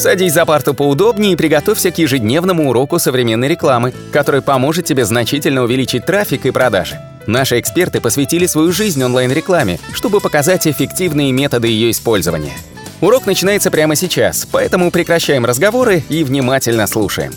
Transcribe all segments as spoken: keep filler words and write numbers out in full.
Садись за парту поудобнее и приготовься к ежедневному уроку современной рекламы, который поможет тебе значительно увеличить трафик и продажи. Наши эксперты посвятили свою жизнь онлайн-рекламе, чтобы показать эффективные методы ее использования. Урок начинается прямо сейчас, поэтому прекращаем разговоры и внимательно слушаем.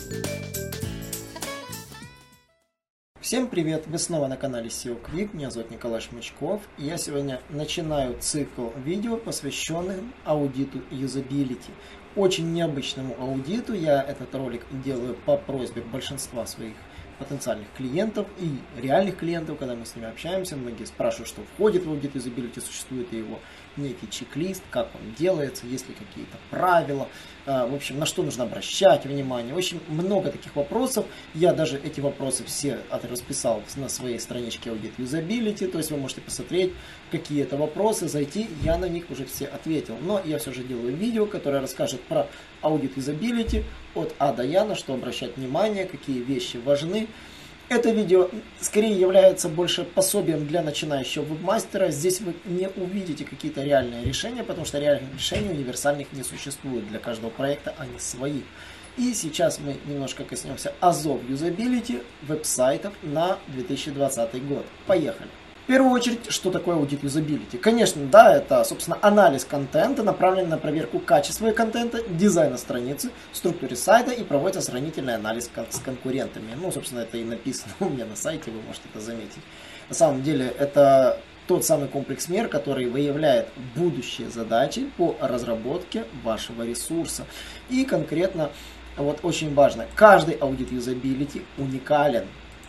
Всем привет! Вы снова на канале эс и о Quick, меня зовут Николай Шмычков, и я сегодня начинаю цикл видео, посвященным аудиту юзабилити. Очень необычному аудиту. Я этот ролик делаю по просьбе большинства своих потенциальных клиентов и реальных клиентов, когда мы с ними общаемся. Многие спрашивают, что входит в аудит юзабилити, существует ли его некий чек-лист, как он делается, есть ли какие-то правила, в общем, на что нужно обращать внимание. Очень много таких вопросов. Я даже эти вопросы все расписал на своей страничке аудит юзабилити, то есть вы можете посмотреть, какие это вопросы, зайти, я на них уже все ответил. Но я все же делаю видео, которое расскажет про аудит юзабилити от А до Я, на что обращать внимание, какие вещи важны. Это видео скорее является больше пособием для начинающего вебмастера. Здесь вы не увидите какие-то реальные решения, потому что реальных решений универсальных не существует. Для каждого проекта они свои. И сейчас мы немножко коснемся азов юзабилити веб-сайтов на две тысячи двадцатый год. Поехали! В первую очередь, что такое аудит юзабилити? Конечно, да, это, собственно, анализ контента, направленный на проверку качества контента, дизайна страницы, структуры сайта и проводится сравнительный анализ с конкурентами. Ну, собственно, это и написано у меня на сайте, вы можете это заметить. На самом деле, это тот самый комплекс мер, который выявляет будущие задачи по разработке вашего ресурса. И конкретно, вот очень важно, каждый аудит юзабилити уникален.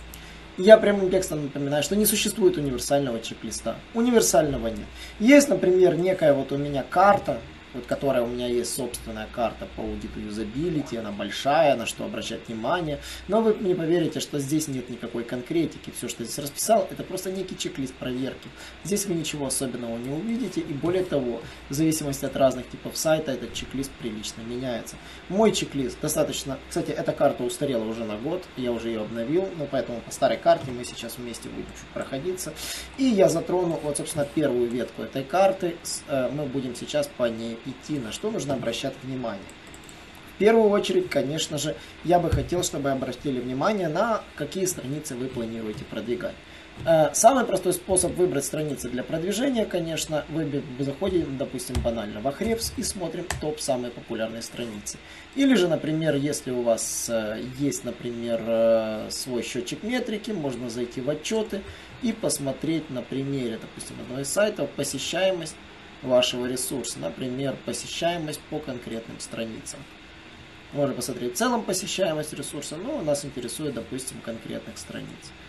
Я прямым текстом напоминаю, что не существует универсального чек-листа. Универсального нет. Есть, например, некая вот у меня карта, вот которая у меня есть собственная карта по аудиту юзабилити, она большая, на что обращать внимание. Но вы не поверите, что здесь нет никакой конкретики. Все, что я здесь расписал, это просто некий чек-лист проверки. Здесь вы ничего особенного не увидите. И более того, в зависимости от разных типов сайта, этот чек-лист прилично меняется. Мой чек-лист достаточно... Кстати, эта карта устарела уже на год, я уже ее обновил, но поэтому по старой карте мы сейчас вместе будем чуть проходиться. И я затрону, вот, собственно, первую ветку этой карты. Мы будем сейчас по ней идти, на что нужно обращать внимание. В первую очередь, конечно же, я бы хотел, чтобы обратили внимание на какие страницы вы планируете продвигать. Самый простой способ выбрать страницы для продвижения, конечно, вы заходите, допустим, банально в Ahrefs и смотрим топ самые популярные страницы. Или же, например, если у вас есть, например, свой счетчик метрики, можно зайти в отчеты и посмотреть на примере, допустим, одного из сайтов посещаемость вашего ресурса, например, посещаемость по конкретным страницам. Можно посмотреть в целом посещаемость ресурса, но нас интересует, допустим, конкретных страниц.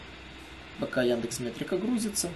Пока Яндекс.Метрика грузится.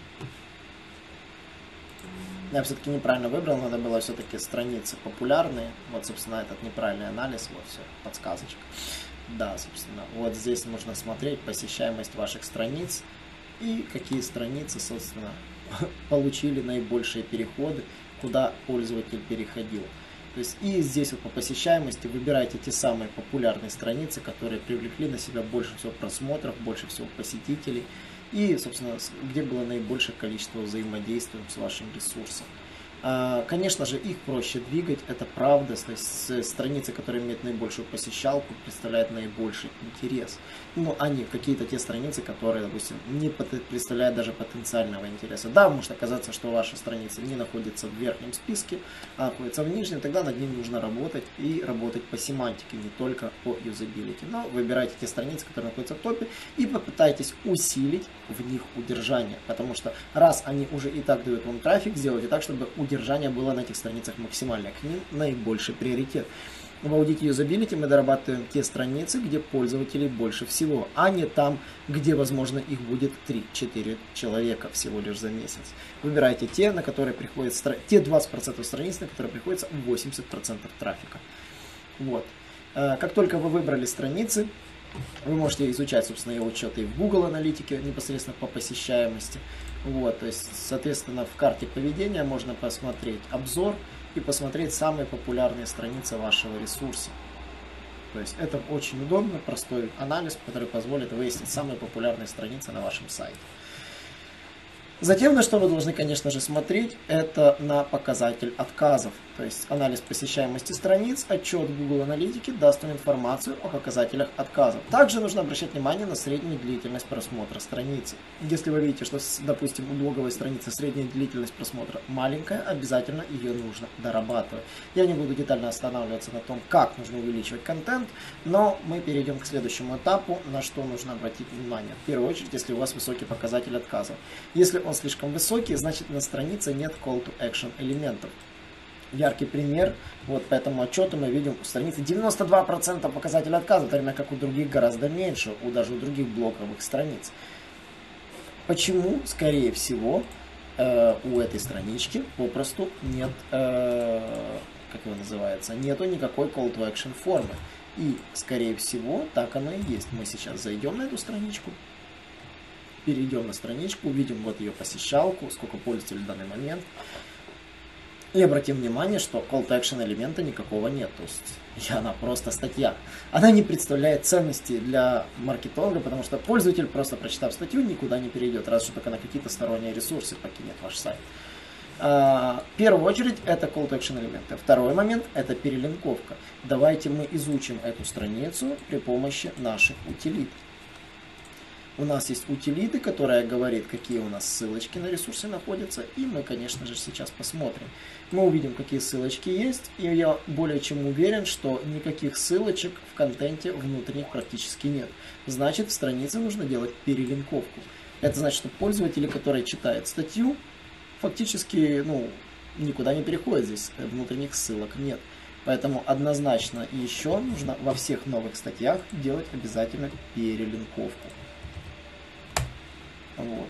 Я все-таки неправильно выбрал, надо было все-таки страницы популярные. Вот, собственно, этот неправильный анализ, вот все, подсказочка. Да, собственно, вот здесь можно смотреть посещаемость ваших страниц и какие страницы, собственно, получили наибольшие переходы, куда пользователь переходил. То есть и здесь вот по посещаемости выбирайте те самые популярные страницы, которые привлекли на себя больше всего просмотров, больше всего посетителей и, собственно, где было наибольшее количество взаимодействия с вашим ресурсом. Конечно же, их проще двигать, это правда, то есть страницы, которые имеют наибольшую посещалку, представляют наибольший интерес. Ну, а не какие-то те страницы, которые, допустим, не представляют даже потенциального интереса. Да, может оказаться, что ваша страница не находится в верхнем списке, а находится в нижнем, тогда над ним нужно работать и работать по семантике, не только по юзабилити. Но выбирайте те страницы, которые находятся в топе, и попытайтесь усилить в них удержание, потому что раз они уже и так дают вам трафик, сделайте так, чтобы удержание Удержание было на этих страницах максимальное, к ним наибольший приоритет. В аудите юзабилити мы дорабатываем те страницы, где пользователей больше всего, а не там, где, возможно, их будет три-четыре человека всего лишь за месяц. Выбирайте те, на которые приходят те двадцать процентов страниц, на которые приходится восемьдесят процентов трафика. Вот. Как только вы выбрали страницы, вы можете изучать, собственно, его отчеты и в Google аналитике непосредственно по посещаемости. Вот, то есть, соответственно, в карте поведения можно посмотреть обзор и посмотреть самые популярные страницы вашего ресурса. То есть это очень удобно, простой анализ, который позволит выяснить самые популярные страницы на вашем сайте. Затем, на что вы должны, конечно же, смотреть, это на показатель отказов. То есть анализ посещаемости страниц, отчет Google Аналитики даст вам информацию о показателях отказов. Также нужно обращать внимание на среднюю длительность просмотра страницы. Если вы видите, что, допустим, у блоговой страницы средняя длительность просмотра маленькая, обязательно ее нужно дорабатывать. Я не буду детально останавливаться на том, как нужно увеличивать контент, но мы перейдем к следующему этапу, на что нужно обратить внимание. В первую очередь, если у вас высокий показатель отказов. Если он слишком высокий, значит на странице нет call to action элементов. Яркий пример, вот по этому отчету мы видим у страницы девяносто два процента показателя отказа, в то время как у других гораздо меньше, у даже у других блоковых страниц. Почему? Скорее всего, э, у этой странички попросту нет, э, как его называется, нету никакой call to action формы. И, скорее всего, так оно и есть. Мы сейчас зайдем на эту страничку, перейдем на страничку, увидим вот ее посещалку, сколько пользователей в данный момент. И обратим внимание, что call to action элемента никакого нет. То есть она просто статья. Она не представляет ценности для маркетолога, потому что пользователь, просто прочитав статью, никуда не перейдет, разве что только на какие-то сторонние ресурсы покинет ваш сайт. В первую очередь это call to action элементы. Второй момент это перелинковка. Давайте мы изучим эту страницу при помощи наших утилит. У нас есть утилиты, которая говорит, какие у нас ссылочки на ресурсы находятся. И мы, конечно же, сейчас посмотрим. Мы увидим, какие ссылочки есть. И я более чем уверен, что никаких ссылочек в контенте внутренних практически нет. Значит, в странице нужно делать перелинковку. Это значит, что пользователи, которые читают статью, фактически ну, никуда не переходят. Здесь внутренних ссылок нет. Поэтому однозначно еще нужно во всех новых статьях делать обязательно перелинковку. Вот.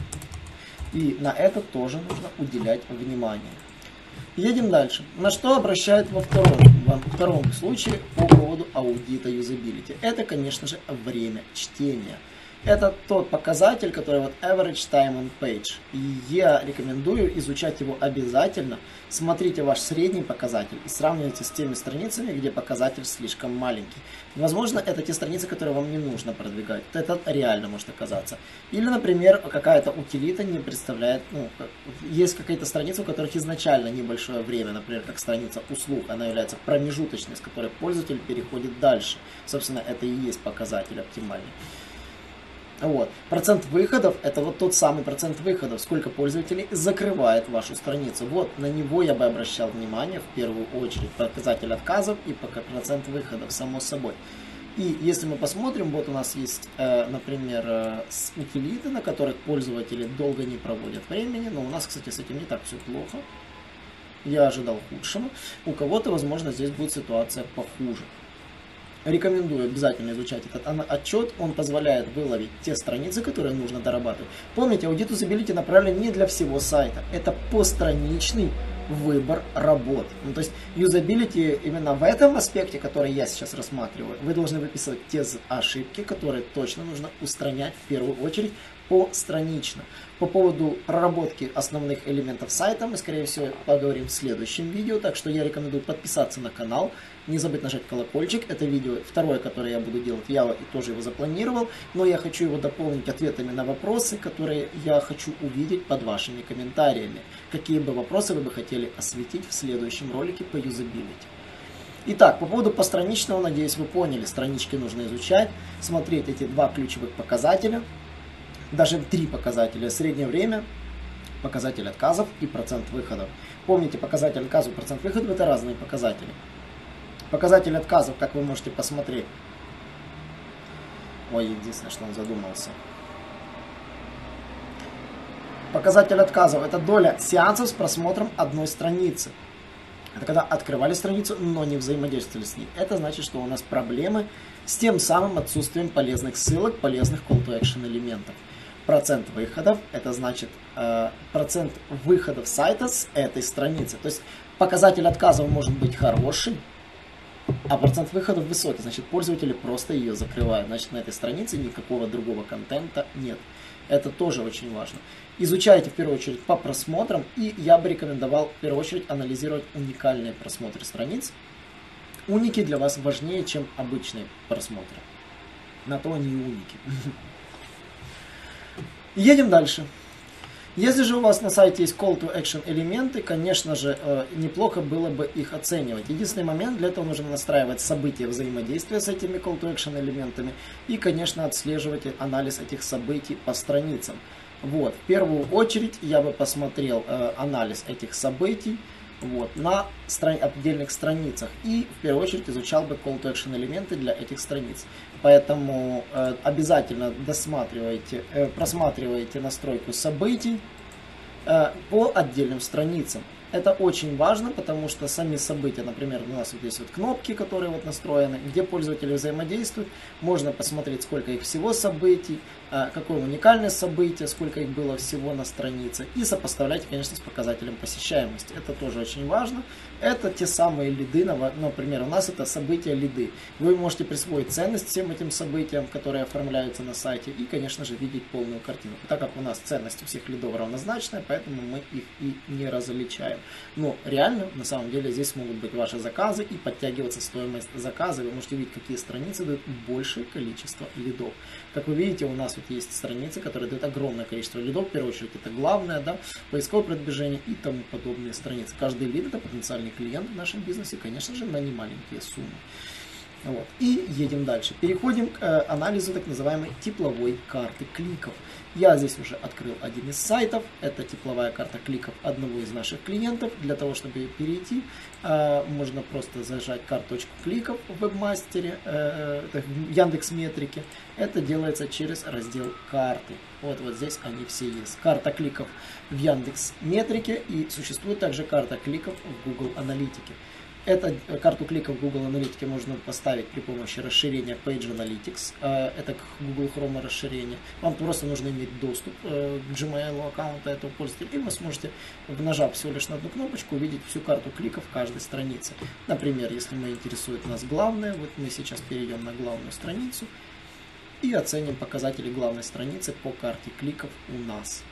И на это тоже нужно уделять внимание. Едем дальше. На что обращают во втором, во втором случае по поводу аудита юзабилити? Это, конечно же, время чтения. Это тот показатель, который вот average time on page. И я рекомендую изучать его обязательно. Смотрите ваш средний показатель и сравнивайте с теми страницами, где показатель слишком маленький. Возможно, это те страницы, которые вам не нужно продвигать. Это реально может оказаться. Или, например, какая-то утилита не представляет, ну, есть какие-то страницы, у которых изначально небольшое время, например, как страница услуг, она является промежуточной, с которой пользователь переходит дальше. Собственно, это и есть показатель оптимальный. Вот. Процент выходов – это вот тот самый процент выходов, сколько пользователей закрывает вашу страницу. Вот на него я бы обращал внимание в первую очередь. Показатель отказов и процент выходов, само собой. И если мы посмотрим, вот у нас есть, э, например, утилиты, на которых пользователи долго не проводят времени. Но у нас, кстати, с этим не так все плохо. Я ожидал худшего. У кого-то, возможно, здесь будет ситуация похуже. Рекомендую обязательно изучать этот отчет. Он позволяет выловить те страницы, которые нужно дорабатывать. Помните, аудит юзабилити направлен не для всего сайта. Это постраничный выбор работ. Ну, то есть юзабилити именно в этом аспекте, который я сейчас рассматриваю, вы должны выписывать те ошибки, которые точно нужно устранять в первую очередь постранично. По поводу проработки основных элементов сайта мы, скорее всего, поговорим в следующем видео. Так что я рекомендую подписаться на канал. Не забыть нажать колокольчик. Это видео второе, которое я буду делать. Я тоже его запланировал. Но я хочу его дополнить ответами на вопросы, которые я хочу увидеть под вашими комментариями. Какие бы вопросы вы бы хотели осветить в следующем ролике по юзабилити. Итак, по поводу постраничного, надеюсь, вы поняли. Странички нужно изучать. Смотреть эти два ключевых показателя. Даже три показателя. Среднее время, показатель отказов и процент выходов. Помните, показатель отказов и процент выходов это разные показатели. Показатель отказов, как вы можете посмотреть. Ой, единственное, что он задумался. Показатель отказов это доля сеансов с просмотром одной страницы. Это когда открывали страницу, но не взаимодействовали с ней. Это значит, что у нас проблемы с тем самым отсутствием полезных ссылок, полезных call to action элементов. Процент выходов, это значит э, процент выходов сайта с этой страницы. То есть показатель отказов может быть хороший, а процент выходов высокий. Значит, пользователи просто ее закрывают. Значит, на этой странице никакого другого контента нет. Это тоже очень важно. Изучайте в первую очередь по просмотрам. И я бы рекомендовал в первую очередь анализировать уникальные просмотры страниц. Уники для вас важнее, чем обычные просмотры. На то они и уники. Едем дальше. Если же у вас на сайте есть call to action элементы, конечно же, неплохо было бы их оценивать. Единственный момент, для этого нужно настраивать события взаимодействия с этими call to action элементами и, конечно, отслеживать анализ этих событий по страницам. Вот, в первую очередь я бы посмотрел анализ этих событий вот, на страни- отдельных страницах и в первую очередь изучал бы call to action элементы для этих страниц. Поэтому э, обязательно досматривайте, э, просматривайте настройку событий э, по отдельным страницам. Это очень важно, потому что сами события, например, у нас вот здесь вот кнопки, которые вот настроены, где пользователи взаимодействуют, можно посмотреть, сколько их всего событий, какое уникальное событие, сколько их было всего на странице, и сопоставлять, конечно, с показателем посещаемости. Это тоже очень важно. Это те самые лиды, например, у нас это события лиды. Вы можете присвоить ценность всем этим событиям, которые оформляются на сайте, и, конечно же, видеть полную картину. Так как у нас ценность у всех лидов равнозначная, поэтому мы их и не различаем. Но реально, на самом деле, здесь могут быть ваши заказы и подтягиваться стоимость заказа. Вы можете видеть, какие страницы дают большее количество лидов. Как вы видите, у нас вот есть страницы, которые дают огромное количество лидов. В первую очередь, это главное, да, поисковое продвижение и тому подобные страницы. Каждый лид – это потенциальный клиент в нашем бизнесе, конечно же, на немаленькие суммы. Вот. И едем дальше. Переходим к э, анализу так называемой тепловой карты кликов. Я здесь уже открыл один из сайтов. Это тепловая карта кликов одного из наших клиентов. Для того, чтобы перейти, э, можно просто зажать карточку кликов в вебмастере, э, э, в Яндекс.Метрике. Это делается через раздел карты. Вот, вот здесь они все есть. Карта кликов в Яндекс.Метрике и существует также карта кликов в Google Аналитике. Эту карту кликов в Google Аналитике можно поставить при помощи расширения Page Analytics. Это Google Chrome расширение. Вам просто нужно иметь доступ к Gmail аккаунта этого пользователя, и вы сможете, нажав всего лишь на одну кнопочку, увидеть всю карту кликов каждой страницы. Например, если мы интересует нас главное, вот мы сейчас перейдем на главную страницу и оценим показатели главной страницы по карте кликов у нас.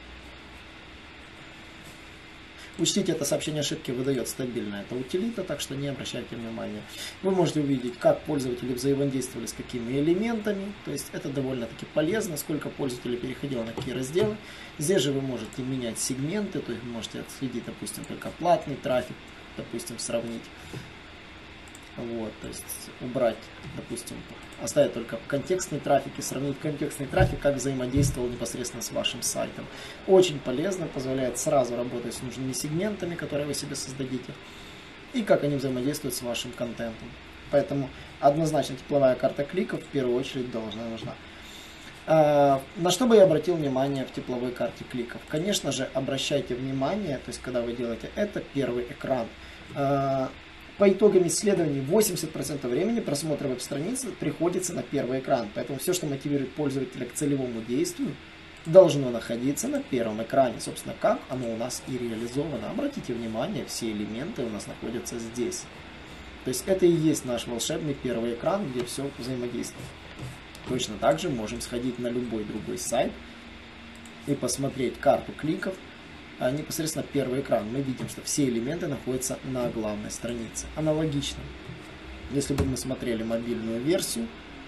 Учтите, это сообщение ошибки выдает стабильно. Это утилита, так что не обращайте внимания. Вы можете увидеть, как пользователи взаимодействовали с какими элементами. То есть это довольно-таки полезно, сколько пользователей переходило на какие разделы. Здесь же вы можете менять сегменты, то есть вы можете отследить, допустим, только платный трафик, допустим, сравнить. Вот, то есть убрать, допустим, оставить только контекстный трафик и сравнить контекстный трафик, как взаимодействовал непосредственно с вашим сайтом. Очень полезно, позволяет сразу работать с нужными сегментами, которые вы себе создадите, и как они взаимодействуют с вашим контентом. Поэтому однозначно тепловая карта кликов в первую очередь должна нужна. На что бы я обратил внимание в тепловой карте кликов? Конечно же, обращайте внимание, то есть когда вы делаете это, первый экран. По итогам исследований восемьдесят процентов времени просмотра веб-страницы приходится на первый экран. Поэтому все, что мотивирует пользователя к целевому действию, должно находиться на первом экране. Собственно, как оно у нас и реализовано. Обратите внимание, все элементы у нас находятся здесь. То есть это и есть наш волшебный первый экран, где все взаимодействует. Точно так же можем сходить на любой другой сайт и посмотреть карту кликов. А непосредственно первый экран. Мы видим, что все элементы находятся на главной странице. Аналогично, если бы мы смотрели мобильную версию,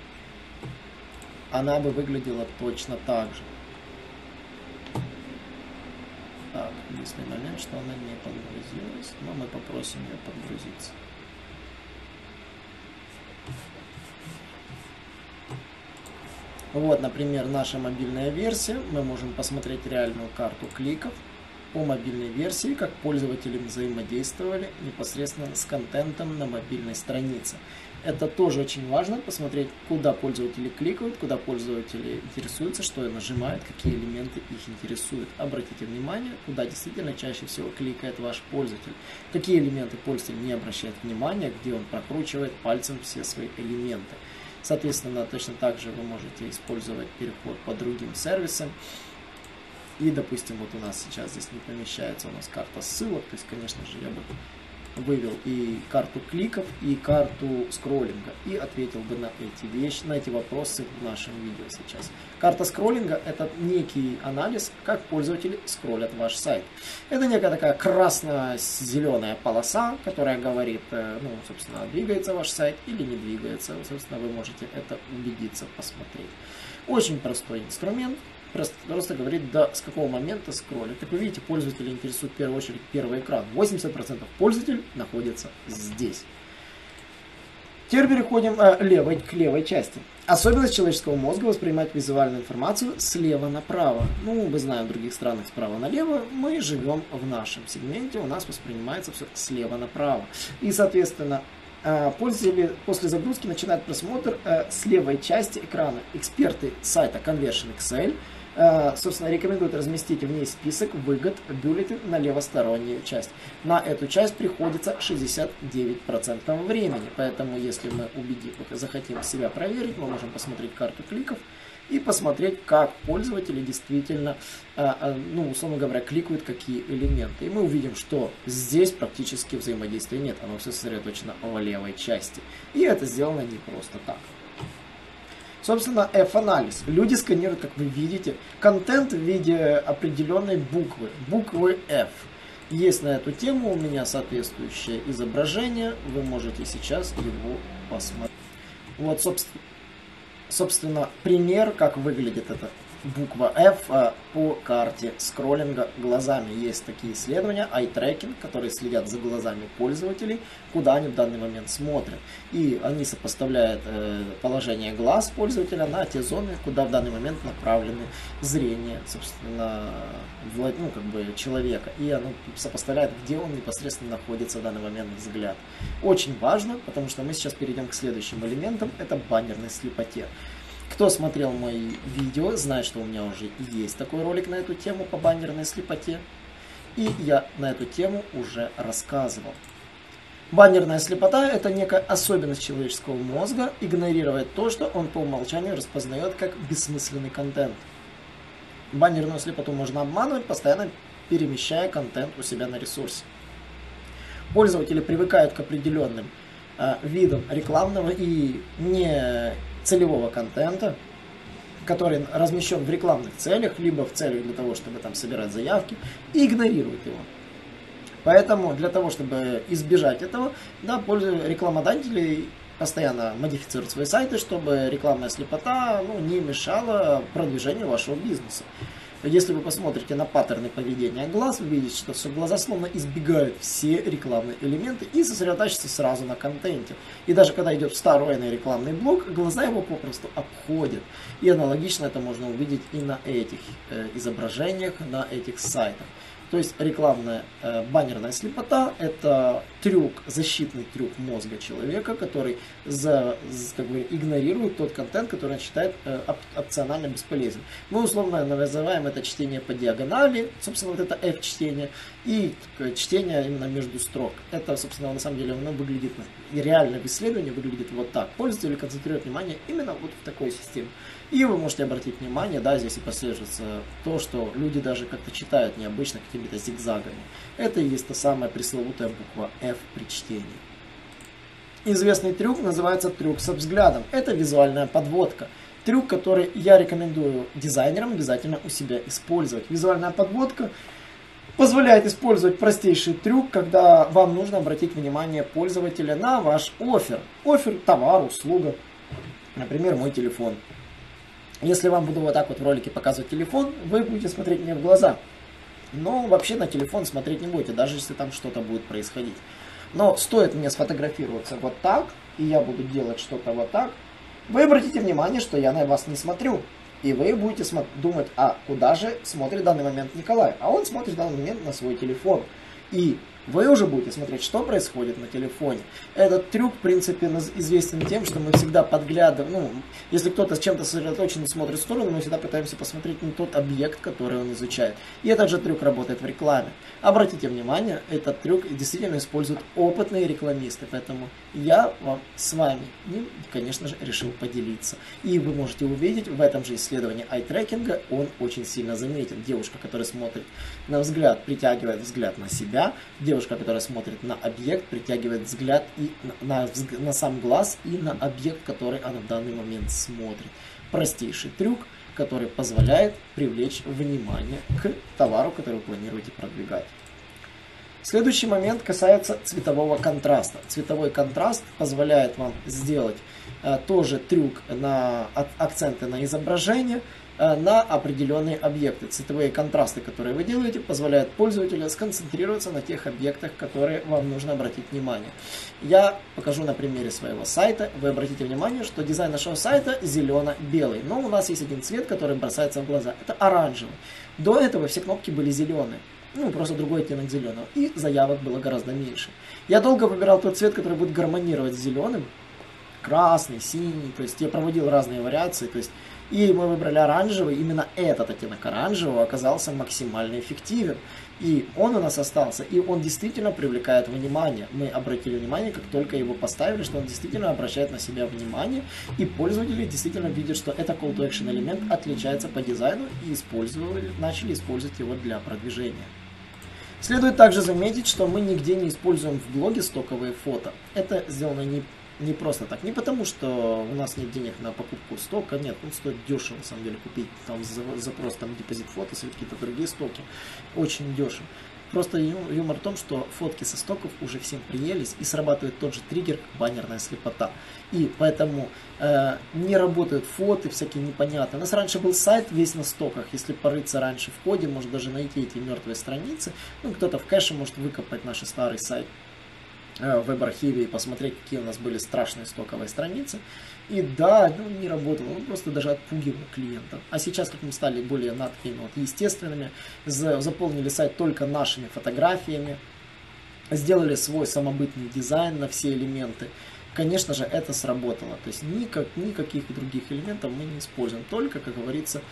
она бы выглядела точно так же. Так, единственный момент, что она не подгрузилась, но мы попросим ее подгрузиться. Вот, например, наша мобильная версия. Мы можем посмотреть реальную карту кликов по мобильной версии, как пользователи взаимодействовали непосредственно с контентом на мобильной странице. Это тоже очень важно, посмотреть, куда пользователи кликают, куда пользователи интересуются, что нажимают, какие элементы их интересуют. Обратите внимание, куда действительно чаще всего кликает ваш пользователь. Какие элементы пользователь не обращает внимания, где он прокручивает пальцем все свои элементы. Соответственно, точно так же вы можете использовать переход по другим сервисам. И, допустим, вот у нас сейчас здесь не помещается у нас карта ссылок, то есть, конечно же, я бы вывел и карту кликов, и карту скроллинга, и ответил бы на эти вещи, на эти вопросы в нашем видео сейчас. Карта скроллинга – это некий анализ, как пользователи скроллят ваш сайт. Это некая такая красно-зеленая полоса, которая говорит, ну, собственно, двигается ваш сайт или не двигается. Собственно, вы можете это убедиться, посмотреть. Очень простой инструмент. просто, просто говорит, да, с какого момента скроллит. Как вы видите, пользователя интересует в первую очередь первый экран. восемьдесят процентов пользователей находится здесь. Теперь переходим э, левой, к левой части. Особенность человеческого мозга воспринимать визуальную информацию слева направо. Ну, мы знаем, в других странах справа налево. Мы живем в нашем сегменте, у нас воспринимается все слева направо. И, соответственно, э, пользователи после загрузки начинают просмотр э, с левой части экрана. Эксперты сайта Conversion икс эл Uh, собственно, рекомендуют разместить в ней список выгод бюллетен на левостороннюю часть. На эту часть приходится шестьдесят девять процентов времени, поэтому если мы убедим, захотим себя проверить, мы можем посмотреть карту кликов и посмотреть, как пользователи действительно, uh, uh, ну, условно говоря, кликают какие элементы. И мы увидим, что здесь практически взаимодействия нет, оно все сосредоточено в левой части. И это сделано не просто так. Собственно, F-анализ. Люди сканируют, как вы видите, контент в виде определенной буквы, буквы F. Есть на эту тему у меня соответствующее изображение, вы можете сейчас его посмотреть. Вот, собственно, собственно пример, как выглядит эта буква F по карте скроллинга глазами. Есть такие исследования, eye tracking, которые следят за глазами пользователей, куда они в данный момент смотрят. И они сопоставляют э, положение глаз пользователя на те зоны, куда в данный момент направлены зрение, собственно, влад... ну, как бы человека. И оно сопоставляет, где он непосредственно находится в данный момент взгляд. Очень важно, потому что мы сейчас перейдем к следующим элементам, это баннерной слепоте. Кто смотрел мои видео, знает, что у меня уже есть такой ролик на эту тему по баннерной слепоте. И я на эту тему уже рассказывал. Баннерная слепота – это некая особенность человеческого мозга, игнорировать то, что он по умолчанию распознает как бессмысленный контент. Баннерную слепоту можно обманывать, постоянно перемещая контент у себя на ресурсе. Пользователи привыкают к определенным э, видам рекламного и не целевого контента, который размещен в рекламных целях, либо в целях для того, чтобы там собирать заявки, и игнорируют его. Поэтому для того, чтобы избежать этого, да, рекламодатели постоянно модифицируют свои сайты, чтобы рекламная слепота, ну, не мешала продвижению вашего бизнеса. Если вы посмотрите на паттерны поведения глаз, вы видите, что все глаза словно избегают все рекламные элементы и сосредотачиваются сразу на контенте. И даже когда идет встроенный рекламный блок, глаза его попросту обходят. И аналогично это можно увидеть и на этих э, изображениях, на этих сайтах. То есть рекламная э, баннерная слепота – это трюк, защитный трюк мозга человека, который за, за, как бы, игнорирует тот контент, который он считает э, оп опционально бесполезным. Мы условно называем это чтение по диагонали, собственно, вот это F-чтение, и чтение именно между строк. Это, собственно, на самом деле оно выглядит, и реально в исследовании выглядит вот так. Пользователь концентрирует внимание именно вот в такой системе. И вы можете обратить внимание, да, здесь и прослеживается то, что люди даже как-то читают необычно какими-то зигзагами. Это и есть та самая пресловутая буква F при чтении. Известный трюк называется трюк со взглядом. Это визуальная подводка. Трюк, который я рекомендую дизайнерам обязательно у себя использовать. Визуальная подводка позволяет использовать простейший трюк, когда вам нужно обратить внимание пользователя на ваш оффер. Оффер, товар, услуга. Например, мой телефон. Если вам буду вот так вот в ролике показывать телефон, вы будете смотреть мне в глаза. Но вообще на телефон смотреть не будете, даже если там что-то будет происходить. Но стоит мне сфотографироваться вот так, и я буду делать что-то вот так, вы обратите внимание, что я на вас не смотрю. И вы будете думать, а куда же смотрит в данный момент Николай? А он смотрит в данный момент на свой телефон. И вы уже будете смотреть, что происходит на телефоне. Этот трюк, в принципе, известен тем, что мы всегда подглядываем. Ну, если кто-то с чем-то сосредоточен и смотрит в сторону, мы всегда пытаемся посмотреть на тот объект, который он изучает. И этот же трюк работает в рекламе. Обратите внимание, этот трюк действительно используют опытные рекламисты. Поэтому я вам с вами, ним, конечно же, решил поделиться. И вы можете увидеть в этом же исследовании ай-трекинга, он очень сильно заметен. Девушка, которая смотрит на взгляд, притягивает взгляд на себя. Девушка, которая смотрит на объект, притягивает взгляд и на, на, на сам глаз и на объект, который она в данный момент смотрит. Простейший трюк, который позволяет привлечь внимание к товару, который вы планируете продвигать. Следующий момент касается цветового контраста. Цветовой контраст позволяет вам сделать э, тоже трюк на акценты на изображение, на определенные объекты. Цветовые контрасты, которые вы делаете, позволяют пользователю сконцентрироваться на тех объектах, которые вам нужно обратить внимание. Я покажу на примере своего сайта. Вы обратите внимание, что дизайн нашего сайта зелено-белый. Но у нас есть один цвет, который бросается в глаза. Это оранжевый. До этого все кнопки были зеленые. Ну, просто другой оттенок зеленого. И заявок было гораздо меньше. Я долго выбирал тот цвет, который будет гармонировать с зеленым. Красный, синий. То есть я проводил разные вариации. То есть, и мы выбрали оранжевый. Именно этот оттенок оранжевого оказался максимально эффективен. И он у нас остался. И он действительно привлекает внимание. Мы обратили внимание, как только его поставили, что он действительно обращает на себя внимание. И пользователи действительно видят, что это call to action элемент отличается по дизайну. И использовали, начали использовать его для продвижения. Следует также заметить, что мы нигде не используем в блоге стоковые фото. Это сделано не, не просто так. Не потому, что у нас нет денег на покупку стока. Нет, он стоит дешево, на самом деле, купить там за, запрос там депозит фото или какие-то другие стоки. Очень дешево. Просто юмор в том, что фотки со стоков уже всем приелись и срабатывает тот же триггер, как баннерная слепота. И поэтому э, не работают фото всякие непонятные. У нас раньше был сайт весь на стоках. Если порыться раньше в коде, может даже найти эти мертвые страницы. Ну, кто-то в кэше может выкопать наш старый сайт э, в веб-архиве и посмотреть, какие у нас были страшные стоковые страницы. И да, ну, не работало, он просто даже отпугивал клиентов. А сейчас, как мы стали более над такими вот естественными, заполнили сайт только нашими фотографиями, сделали свой самобытный дизайн на все элементы, конечно же, это сработало. То есть никак, никаких других элементов мы не используем, только, как говорится,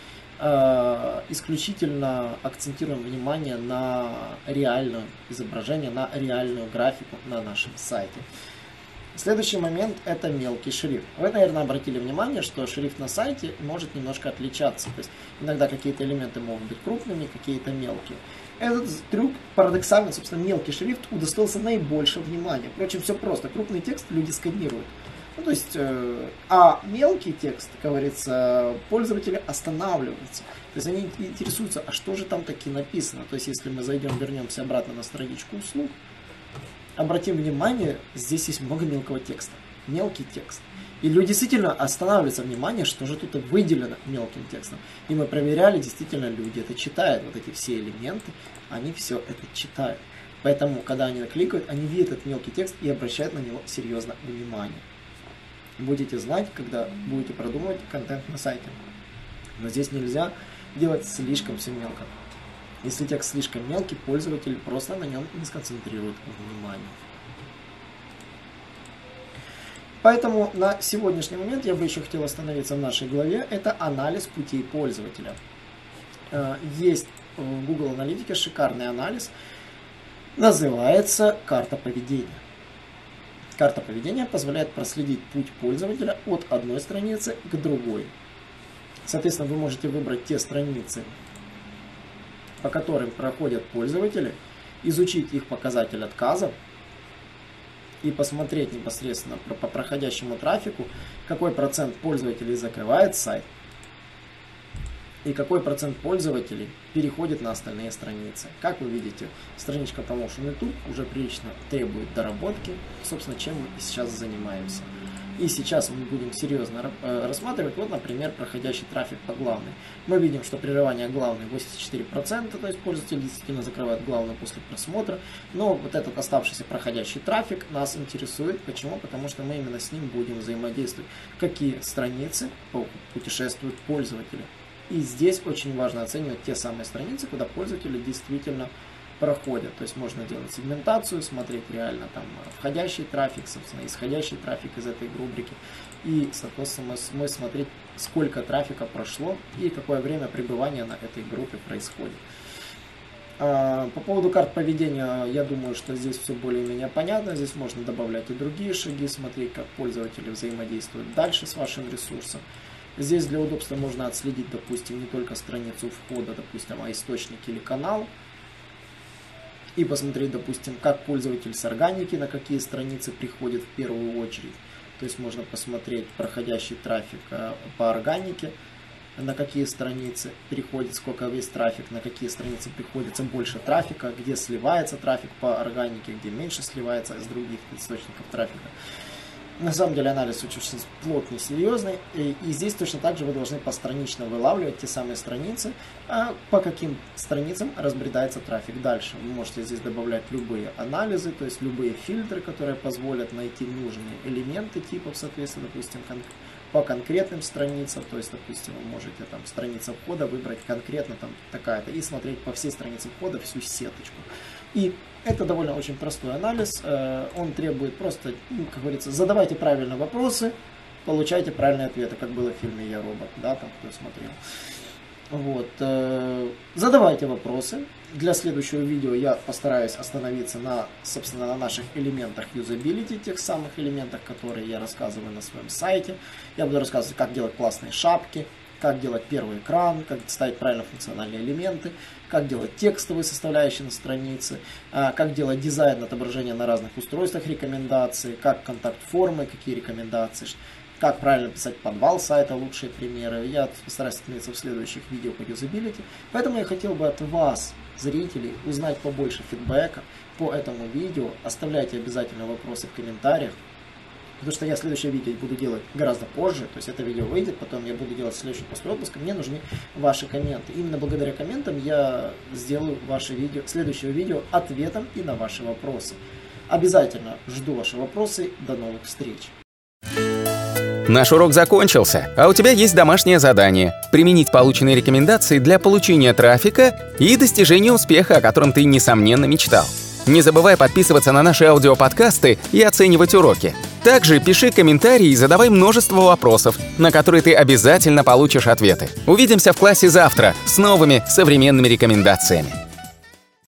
исключительно акцентируем внимание на реальное изображение, на реальную графику на нашем сайте. Следующий момент – это мелкий шрифт. Вы, наверное, обратили внимание, что шрифт на сайте может немножко отличаться. То есть иногда какие-то элементы могут быть крупными, какие-то мелкие. Этот трюк парадоксально, собственно, мелкий шрифт удостоился наибольшего внимания. Впрочем, все просто. Крупный текст люди сканируют. Ну, то есть, э, а мелкий текст, как говорится, пользователи останавливаются. То есть они интересуются, а что же там таки написано. То есть если мы зайдем, вернемся обратно на страничку услуг, обратим внимание, здесь есть много мелкого текста. Мелкий текст. И люди действительно останавливаются внимание, что же тут выделено мелким текстом. И мы проверяли, действительно люди это читают. Вот эти все элементы, они все это читают. Поэтому, когда они кликают, они видят этот мелкий текст и обращают на него серьезно внимание. Будете знать, когда будете продумывать контент на сайте. Но здесь нельзя делать слишком все мелко. Если текст слишком мелкий, пользователь просто на нем не сконцентрирует внимание. Поэтому на сегодняшний момент я бы еще хотел остановиться в нашей главе. Это анализ путей пользователя. Есть в Google Аналитике шикарный анализ. Называется карта поведения. Карта поведения позволяет проследить путь пользователя от одной страницы к другой. Соответственно, вы можете выбрать те страницы, по которым проходят пользователи, изучить их показатель отказов и посмотреть непосредственно по проходящему трафику, какой процент пользователей закрывает сайт и какой процент пользователей переходит на остальные страницы. Как вы видите, страничка Promotion YouTube уже прилично требует доработки, собственно, чем мы сейчас занимаемся. И сейчас мы будем серьезно рассматривать, вот, например, проходящий трафик по главной. Мы видим, что прерывание главной восемьдесят четыре процента, то есть пользователи действительно закрывают главную после просмотра. Но вот этот оставшийся проходящий трафик нас интересует. Почему? Потому что мы именно с ним будем взаимодействовать. Какие страницы путешествуют пользователи. И здесь очень важно оценивать те самые страницы, куда пользователи действительно проходят. То есть можно делать сегментацию, смотреть реально там входящий трафик, собственно, исходящий трафик из этой рубрики. И, соответственно, мы смотреть, сколько трафика прошло и какое время пребывания на этой группе происходит. По поводу карт поведения, я думаю, что здесь все более-менее понятно. Здесь можно добавлять и другие шаги, смотреть, как пользователи взаимодействуют дальше с вашим ресурсом. Здесь для удобства можно отследить, допустим, не только страницу входа, допустим, а источник или канал. И посмотреть, допустим, как пользователь с органики, на какие страницы приходит в первую очередь. То есть можно посмотреть проходящий трафик по органике, на какие страницы переходит, сколько весь трафик, на какие страницы приходится больше трафика, где сливается трафик по органике, где меньше сливается из других источников трафика. На самом деле анализ очень плотный, серьезный, и, и здесь точно так же вы должны постранично вылавливать те самые страницы, а по каким страницам разбредается трафик дальше. Вы можете здесь добавлять любые анализы, то есть любые фильтры, которые позволят найти нужные элементы типов, соответственно, допустим, кон- по конкретным страницам, то есть, допустим, вы можете там страница входа выбрать конкретно там такая-то и смотреть по всей странице входа всю сеточку. И это довольно очень простой анализ, он требует просто, ну, как говорится, задавайте правильные вопросы, получайте правильные ответы, как было в фильме «Я робот», да, там кто смотрел. Вот. Задавайте вопросы. Для следующего видео я постараюсь остановиться на, собственно, на наших элементах юзабилити, тех самых элементах, которые я рассказываю на своем сайте. Я буду рассказывать, как делать классные шапки, как делать первый экран, как ставить правильно функциональные элементы, как делать текстовые составляющие на странице, как делать дизайн отображения на разных устройствах, рекомендации, как контакт-формы, какие рекомендации, как правильно писать подвал сайта, лучшие примеры. Я постараюсь остановиться в следующих видео по юзабилити. Поэтому я хотел бы от вас, зрителей, узнать побольше фидбэка по этому видео. Оставляйте обязательно вопросы в комментариях. Потому что я следующее видео буду делать гораздо позже, то есть это видео выйдет, потом я буду делать следующее после отпуска, мне нужны ваши комменты. Именно благодаря комментам я сделаю ваше видео, следующее видео ответом и на ваши вопросы. Обязательно жду ваши вопросы, до новых встреч! Наш урок закончился, а у тебя есть домашнее задание – применить полученные рекомендации для получения трафика и достижения успеха, о котором ты, несомненно, мечтал. Не забывай подписываться на наши аудиоподкасты и оценивать уроки. Также пиши комментарии и задавай множество вопросов, на которые ты обязательно получишь ответы. Увидимся в классе завтра с новыми современными рекомендациями.